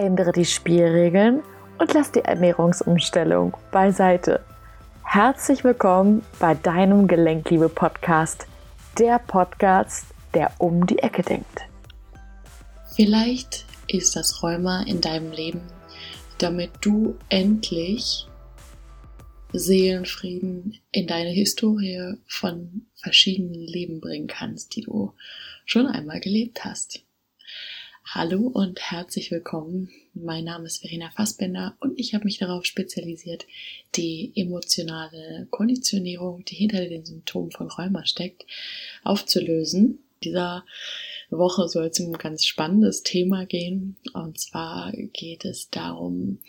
ändere die Spielregeln und lass die Ernährungsumstellung beiseite. Herzlich willkommen bei deinem Gelenkliebe-Podcast, der Podcast, der um die Ecke denkt. Vielleicht ist das Rheuma in deinem Leben, damit du endlich Seelenfrieden in deine Historie von verschiedenen Leben bringen kannst, die du schon einmal gelebt hast. Hallo und herzlich willkommen. Mein Name ist Verena Fassbender und ich habe mich darauf spezialisiert, die emotionale Konditionierung, die hinter den Symptomen von Rheuma steckt, aufzulösen. Dieser Woche soll es um ein ganz spannendes Thema gehen. Und zwar geht es darum,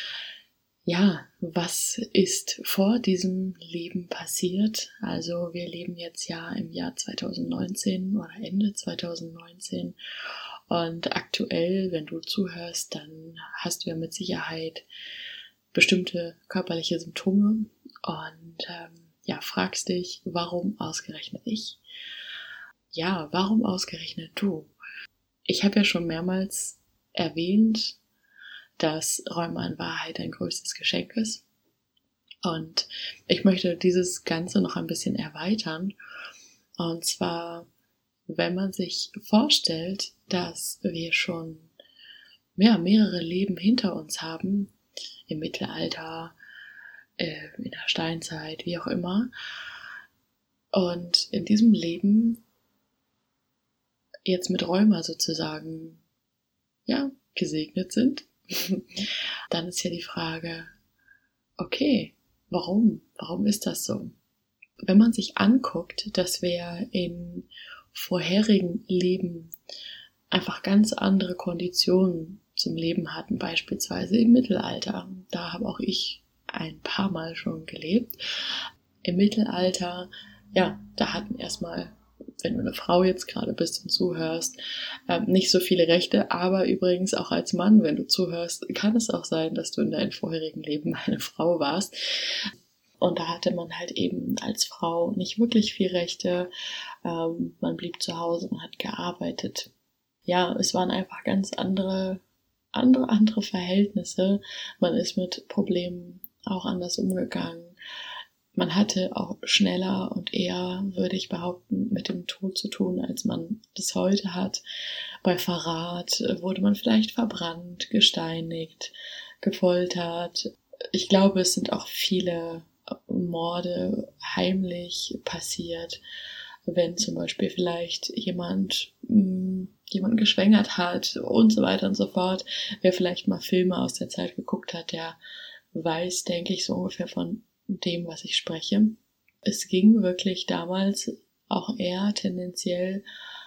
was ist vor diesem Leben passiert? Also wir leben jetzt ja im Jahr 2019 oder Ende 2019 und aktuell, wenn du zuhörst, dann hast du ja mit Sicherheit bestimmte körperliche Symptome und fragst dich, warum ausgerechnet ich? Ja, warum ausgerechnet du? Ich habe ja schon mehrmals erwähnt, dass Rheuma in Wahrheit ein größtes Geschenk ist. Und ich möchte dieses Ganze noch ein bisschen erweitern. Und zwar, wenn man sich vorstellt, dass wir schon mehrere Leben hinter uns haben, im Mittelalter, in der Steinzeit, wie auch immer. Und in diesem Leben jetzt mit Rheuma sozusagen, gesegnet sind, dann ist ja die Frage, okay, warum? Warum ist das so? Wenn man sich anguckt, dass wir in vorherigen Leben einfach ganz andere Konditionen zum Leben hatten, beispielsweise im Mittelalter. Da habe auch ich ein paar Mal schon gelebt. Im Mittelalter, da hatten erstmal, wenn du eine Frau jetzt gerade bist und zuhörst, nicht so viele Rechte, aber übrigens auch als Mann, wenn du zuhörst, kann es auch sein, dass du in deinem vorherigen Leben eine Frau warst. Und da hatte man halt eben als Frau nicht wirklich viel Rechte. Man blieb zu Hause und hat gearbeitet. Ja, es waren einfach ganz andere Verhältnisse. Man ist mit Problemen auch anders umgegangen. Man hatte auch schneller und eher, würde ich behaupten, mit dem Tod zu tun, als man das heute hat. Bei Verrat wurde man vielleicht verbrannt, gesteinigt, gefoltert. Ich glaube, es sind auch viele Morde heimlich passiert, wenn zum Beispiel vielleicht jemanden geschwängert hat und so weiter und so fort. Wer vielleicht mal Filme aus der Zeit geguckt hat, der weiß, denke ich, so ungefähr von dem, was ich spreche. Es ging wirklich damals auch eher tendenziell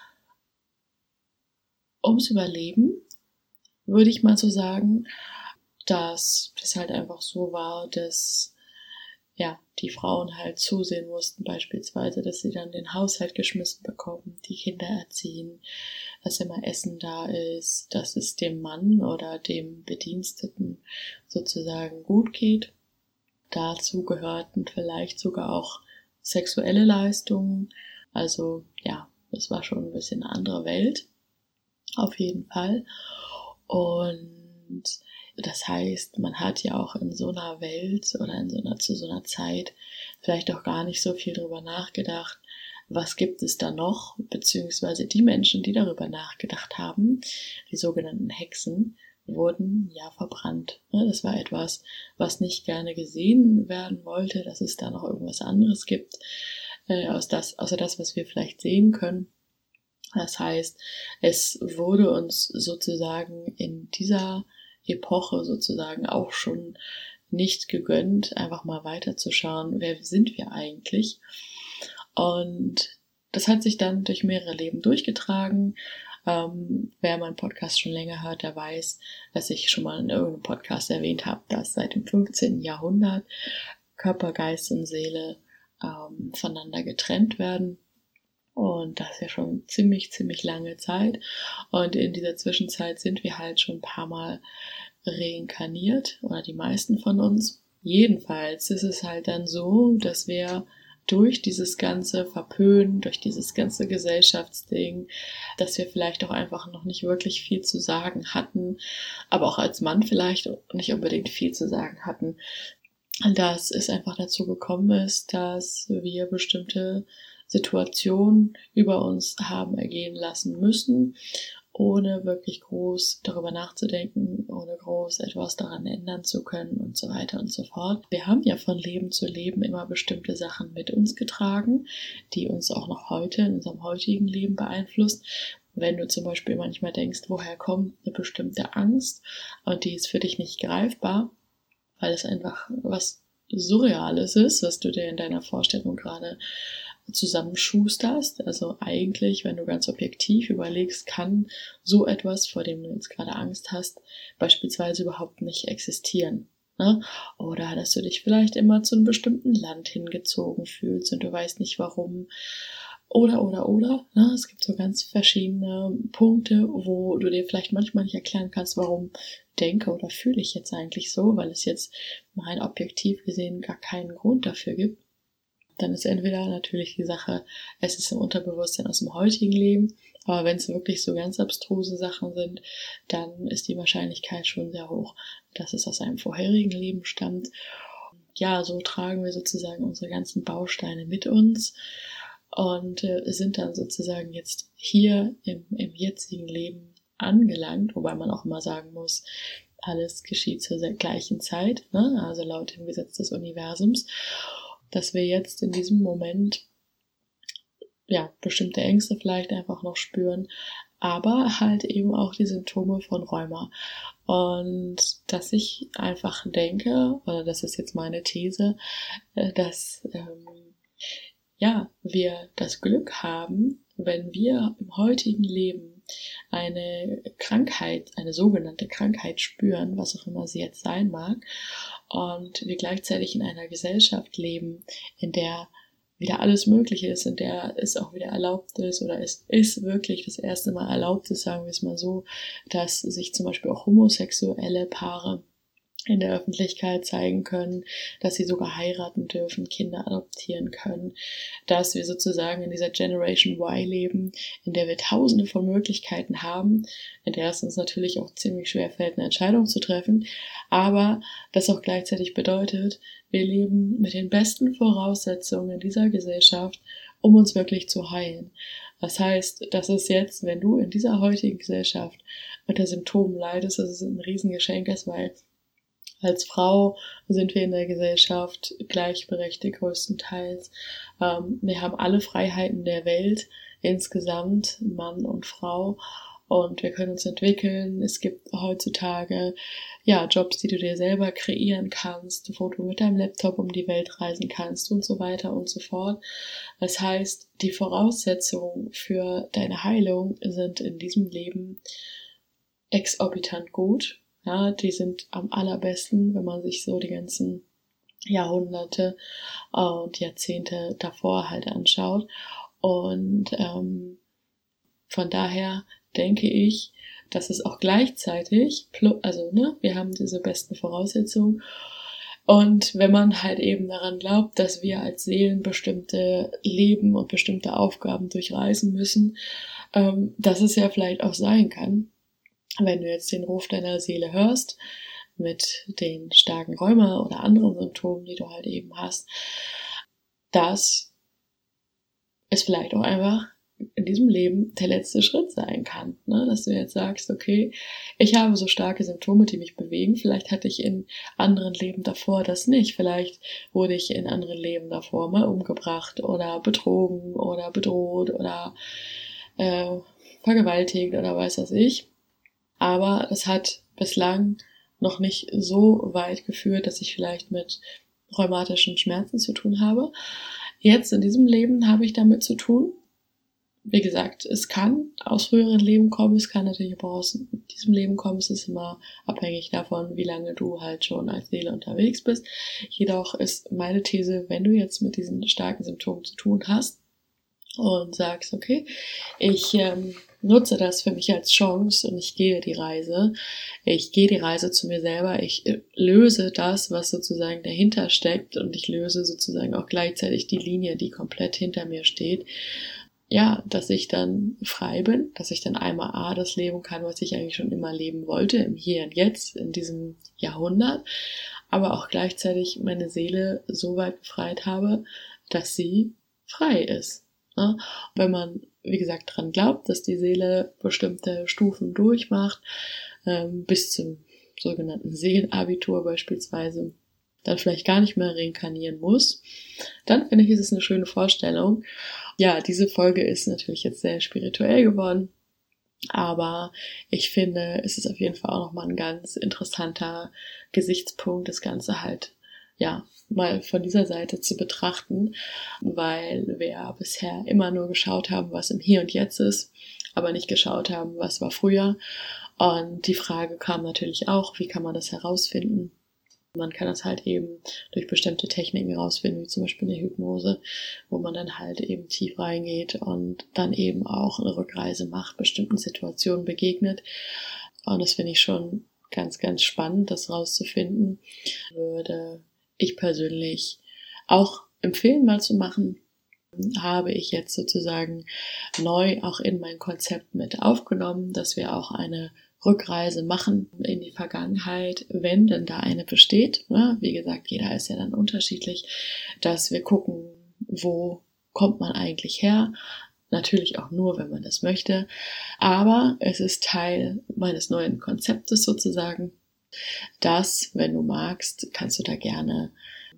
ums Überleben, würde ich mal so sagen, dass das halt einfach so war, dass die Frauen halt zusehen mussten, beispielsweise, dass sie dann den Haushalt geschmissen bekommen, die Kinder erziehen, dass immer Essen da ist, dass es dem Mann oder dem Bediensteten sozusagen gut geht. Dazu gehörten vielleicht sogar auch sexuelle Leistungen. Also es war schon ein bisschen eine andere Welt, auf jeden Fall. Und das heißt, man hat ja auch in so einer Welt oder zu so einer Zeit vielleicht auch gar nicht so viel drüber nachgedacht, was gibt es da noch, beziehungsweise die Menschen, die darüber nachgedacht haben, die sogenannten Hexen, wurden verbrannt. Das war etwas, was nicht gerne gesehen werden wollte, dass es da noch irgendwas anderes gibt, außer das, was wir vielleicht sehen können. Das heißt, es wurde uns sozusagen in dieser Epoche sozusagen auch schon nicht gegönnt, einfach mal weiterzuschauen, wer sind wir eigentlich? Und das hat sich dann durch mehrere Leben durchgetragen. Wer meinen Podcast schon länger hört, der weiß, dass ich schon mal in irgendeinem Podcast erwähnt habe, dass seit dem 15. Jahrhundert Körper, Geist und Seele voneinander getrennt werden. Und das ist ja schon ziemlich lange Zeit. Und in dieser Zwischenzeit sind wir halt schon ein paar Mal reinkarniert, oder die meisten von uns. Jedenfalls ist es halt dann so, dass wir durch dieses ganze Verpönen, durch dieses ganze Gesellschaftsding, dass wir vielleicht auch einfach noch nicht wirklich viel zu sagen hatten, aber auch als Mann vielleicht nicht unbedingt viel zu sagen hatten, dass es einfach dazu gekommen ist, dass wir bestimmte Situationen über uns haben ergehen lassen müssen, ohne wirklich groß darüber nachzudenken, ohne groß etwas daran ändern zu können und so weiter und so fort. Wir haben ja von Leben zu Leben immer bestimmte Sachen mit uns getragen, die uns auch noch heute in unserem heutigen Leben beeinflusst. Wenn du zum Beispiel manchmal denkst, woher kommt eine bestimmte Angst und die ist für dich nicht greifbar, weil es einfach was Surreales ist, was du dir in deiner Vorstellung gerade zusammenschusterst. Also eigentlich, wenn du ganz objektiv überlegst, kann so etwas, vor dem du jetzt gerade Angst hast, beispielsweise überhaupt nicht existieren. Ne? Oder dass du dich vielleicht immer zu einem bestimmten Land hingezogen fühlst und du weißt nicht warum. Oder. Ne? Es gibt so ganz verschiedene Punkte, wo du dir vielleicht manchmal nicht erklären kannst, warum denke oder fühle ich jetzt eigentlich so, weil es jetzt rein objektiv gesehen gar keinen Grund dafür gibt. Dann ist entweder natürlich die Sache, es ist im Unterbewusstsein aus dem heutigen Leben, aber wenn es wirklich so ganz abstruse Sachen sind, dann ist die Wahrscheinlichkeit schon sehr hoch, dass es aus einem vorherigen Leben stammt. Ja, so tragen wir sozusagen unsere ganzen Bausteine mit uns und sind dann sozusagen jetzt hier im jetzigen Leben angelangt, wobei man auch immer sagen muss, alles geschieht zur gleichen Zeit, ne? Also laut dem Gesetz des Universums, dass wir jetzt in diesem Moment ja bestimmte Ängste vielleicht einfach noch spüren, aber halt eben auch die Symptome von Rheuma. Und dass ich einfach denke, oder das ist jetzt meine These, dass ja wir das Glück haben, wenn wir im heutigen Leben eine Krankheit, eine sogenannte Krankheit spüren, was auch immer sie jetzt sein mag, und wir gleichzeitig in einer Gesellschaft leben, in der wieder alles möglich ist, in der es auch wieder erlaubt ist oder es ist wirklich das erste Mal erlaubt ist, sagen wir es mal so, dass sich zum Beispiel auch homosexuelle Paare in der Öffentlichkeit zeigen können, dass sie sogar heiraten dürfen, Kinder adoptieren können, dass wir sozusagen in dieser Generation Y leben, in der wir tausende von Möglichkeiten haben, in der es uns natürlich auch ziemlich schwer fällt, eine Entscheidung zu treffen, aber das auch gleichzeitig bedeutet, wir leben mit den besten Voraussetzungen in dieser Gesellschaft, um uns wirklich zu heilen. Das heißt, das ist jetzt, wenn du in dieser heutigen Gesellschaft unter Symptomen leidest, dass es ein Riesengeschenk ist, weil als Frau sind wir in der Gesellschaft gleichberechtigt größtenteils. Wir haben alle Freiheiten der Welt insgesamt, Mann und Frau, und wir können uns entwickeln. Es gibt heutzutage ja Jobs, die du dir selber kreieren kannst, wo du mit deinem Laptop um die Welt reisen kannst und so weiter und so fort. Das heißt, die Voraussetzungen für deine Heilung sind in diesem Leben exorbitant gut. Ja, die sind am allerbesten, wenn man sich so die ganzen Jahrhunderte und Jahrzehnte davor halt anschaut. Und von daher denke ich, dass es auch gleichzeitig, wir haben diese besten Voraussetzungen. Und wenn man halt eben daran glaubt, dass wir als Seelen bestimmte Leben und bestimmte Aufgaben durchreisen müssen, dass es ja vielleicht auch sein kann, wenn du jetzt den Ruf deiner Seele hörst, mit den starken Rheuma oder anderen Symptomen, die du halt eben hast, dass es vielleicht auch einfach in diesem Leben der letzte Schritt sein kann, ne? Dass du jetzt sagst, okay, ich habe so starke Symptome, die mich bewegen, vielleicht hatte ich in anderen Leben davor das nicht, vielleicht wurde ich in anderen Leben davor mal umgebracht oder betrogen oder bedroht oder vergewaltigt oder weiß was ich. Aber es hat bislang noch nicht so weit geführt, dass ich vielleicht mit rheumatischen Schmerzen zu tun habe. Jetzt in diesem Leben habe ich damit zu tun. Wie gesagt, es kann aus früheren Leben kommen, es kann natürlich aber aus diesem Leben kommen. Es ist immer abhängig davon, wie lange du halt schon als Seele unterwegs bist. Jedoch ist meine These, wenn du jetzt mit diesen starken Symptomen zu tun hast, und sagst, okay, ich nutze das für mich als Chance und ich gehe die Reise. Ich gehe die Reise zu mir selber. Ich löse das, was sozusagen dahinter steckt, und ich löse sozusagen auch gleichzeitig die Linie, die komplett hinter mir steht. Ja, dass ich dann frei bin, dass ich dann einmal das leben kann, was ich eigentlich schon immer leben wollte, im Hier und Jetzt, in diesem Jahrhundert, aber auch gleichzeitig meine Seele so weit befreit habe, dass sie frei ist. Ne? Wenn man, wie gesagt, dran glaubt, dass die Seele bestimmte Stufen durchmacht, bis zum sogenannten Seelenabitur beispielsweise, dann vielleicht gar nicht mehr reinkarnieren muss, dann finde ich, ist es eine schöne Vorstellung. Ja, diese Folge ist natürlich jetzt sehr spirituell geworden, aber ich finde, es ist auf jeden Fall auch nochmal ein ganz interessanter Gesichtspunkt, das Ganze halt, ja, mal von dieser Seite zu betrachten, weil wir ja bisher immer nur geschaut haben, was im Hier und Jetzt ist, aber nicht geschaut haben, was war früher. Und die Frage kam natürlich auch, wie kann man das herausfinden? Man kann das halt eben durch bestimmte Techniken herausfinden, wie zum Beispiel eine Hypnose, wo man dann halt eben tief reingeht und dann eben auch eine Rückreise macht, bestimmten Situationen begegnet. Und das finde ich schon ganz, ganz spannend, das rauszufinden. Würde ich persönlich auch empfehlen, mal zu machen. Habe ich jetzt sozusagen neu auch in mein Konzept mit aufgenommen, dass wir auch eine Rückreise machen in die Vergangenheit, wenn denn da eine besteht. Wie gesagt, jeder ist ja dann unterschiedlich, dass wir gucken, wo kommt man eigentlich her. Natürlich auch nur, wenn man das möchte. Aber es ist Teil meines neuen Konzeptes sozusagen, dass, wenn du magst, kannst du da gerne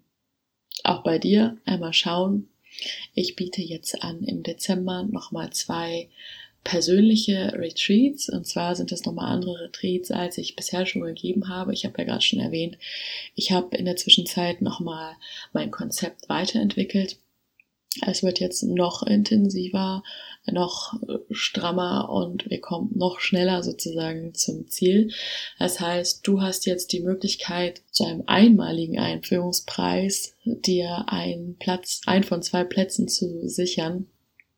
auch bei dir einmal schauen. Ich biete jetzt an, im Dezember nochmal 2 persönliche Retreats, und zwar sind das nochmal andere Retreats, als ich bisher schon gegeben habe. Ich habe ja gerade schon erwähnt, ich habe in der Zwischenzeit nochmal mein Konzept weiterentwickelt. Es wird jetzt noch intensiver, noch strammer und wir kommen noch schneller sozusagen zum Ziel. Das heißt, du hast jetzt die Möglichkeit, zu einem einmaligen Einführungspreis dir einen von 2 Plätzen zu sichern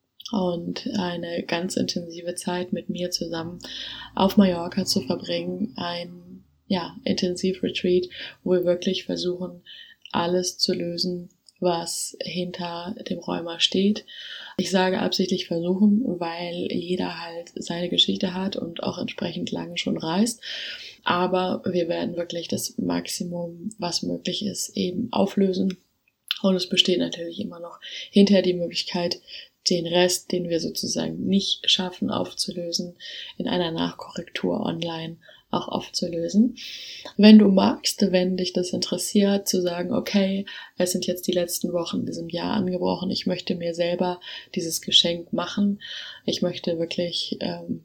und eine ganz intensive Zeit mit mir zusammen auf Mallorca zu verbringen. Ein Intensiv-Retreat, wo wir wirklich versuchen, alles zu lösen, was hinter dem Rheuma steht. Ich sage absichtlich versuchen, weil jeder halt seine Geschichte hat und auch entsprechend lange schon reist. Aber wir werden wirklich das Maximum, was möglich ist, eben auflösen. Und es besteht natürlich immer noch hinterher die Möglichkeit, den Rest, den wir sozusagen nicht schaffen aufzulösen, in einer Nachkorrektur online auch aufzulösen. Wenn du magst, wenn dich das interessiert, zu sagen, okay, es sind jetzt die letzten Wochen in diesem Jahr angebrochen, ich möchte mir selber dieses Geschenk machen, ich möchte wirklich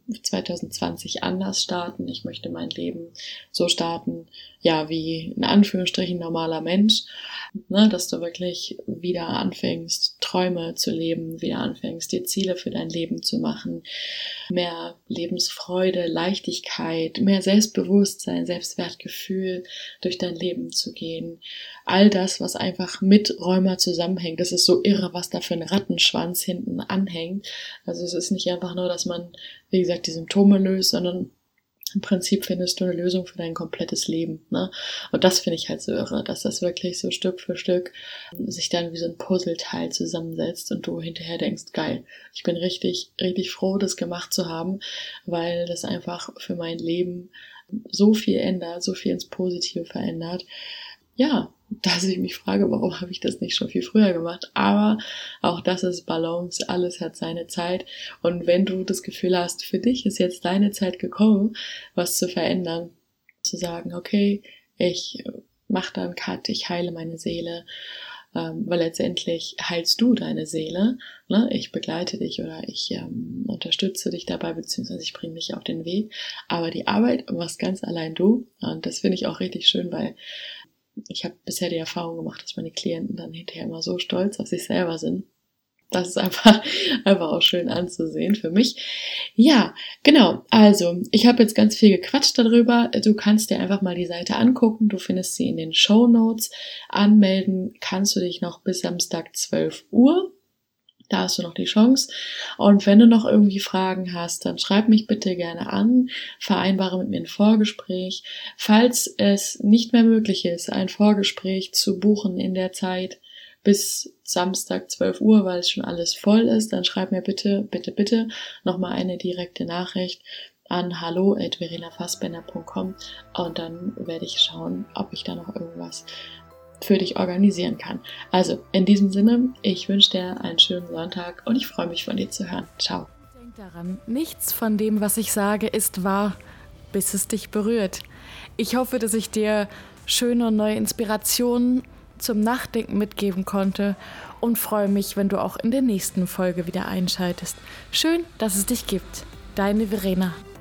2020 anders starten, ich möchte mein Leben so starten, ja, wie in Anführungsstrichen normaler Mensch, dass du wirklich wieder anfängst, Träume zu leben, wieder anfängst, dir Ziele für dein Leben zu machen, mehr Lebensfreude, Leichtigkeit, mehr Selbstbewusstsein, Selbstwertgefühl durch dein Leben zu gehen. All das, was einfach mit Rheuma zusammenhängt. Das ist so irre, was da für ein Rattenschwanz hinten anhängt. Also es ist nicht einfach nur, dass man, wie gesagt, die Symptome löst, sondern im Prinzip findest du eine Lösung für dein komplettes Leben. Ne? Und das finde ich halt so irre, dass das wirklich so Stück für Stück sich dann wie so ein Puzzleteil zusammensetzt und du hinterher denkst, geil, ich bin richtig, richtig froh, das gemacht zu haben, weil das einfach für mein Leben so viel ändert, so viel ins Positive verändert. Ja, dass ich mich frage, warum habe ich das nicht schon viel früher gemacht? Aber auch das ist Balance, alles hat seine Zeit. Und wenn du das Gefühl hast, für dich ist jetzt deine Zeit gekommen, was zu verändern, zu sagen, okay, ich mache da einen Cut, ich heile meine Seele, weil letztendlich heilst du deine Seele. Ne? Ich begleite dich oder ich unterstütze dich dabei, beziehungsweise ich bringe dich auf den Weg. Aber die Arbeit machst ganz allein du. Und das finde ich auch richtig schön, weil ich habe bisher die Erfahrung gemacht, dass meine Klienten dann hinterher immer so stolz auf sich selber sind. Das ist einfach auch schön anzusehen für mich. Ja, genau. Also, ich habe jetzt ganz viel gequatscht darüber. Du kannst dir einfach mal die Seite angucken. Du findest sie in den Shownotes. Anmelden kannst du dich noch bis Samstag 12 Uhr. Da hast du noch die Chance. Und wenn du noch irgendwie Fragen hast, dann schreib mich bitte gerne an, vereinbare mit mir ein Vorgespräch. Falls es nicht mehr möglich ist, ein Vorgespräch zu buchen in der Zeit bis Samstag 12 Uhr, weil es schon alles voll ist, dann schreib mir bitte nochmal eine direkte Nachricht an hallo@verenafassbender.com und dann werde ich schauen, ob ich da noch irgendwas für dich organisieren kann. Also, in diesem Sinne, ich wünsche dir einen schönen Sonntag und ich freue mich, von dir zu hören. Ciao. Denk daran, nichts von dem, was ich sage, ist wahr, bis es dich berührt. Ich hoffe, dass ich dir schöne und neue Inspirationen zum Nachdenken mitgeben konnte und freue mich, wenn du auch in der nächsten Folge wieder einschaltest. Schön, dass es dich gibt. Deine Verena.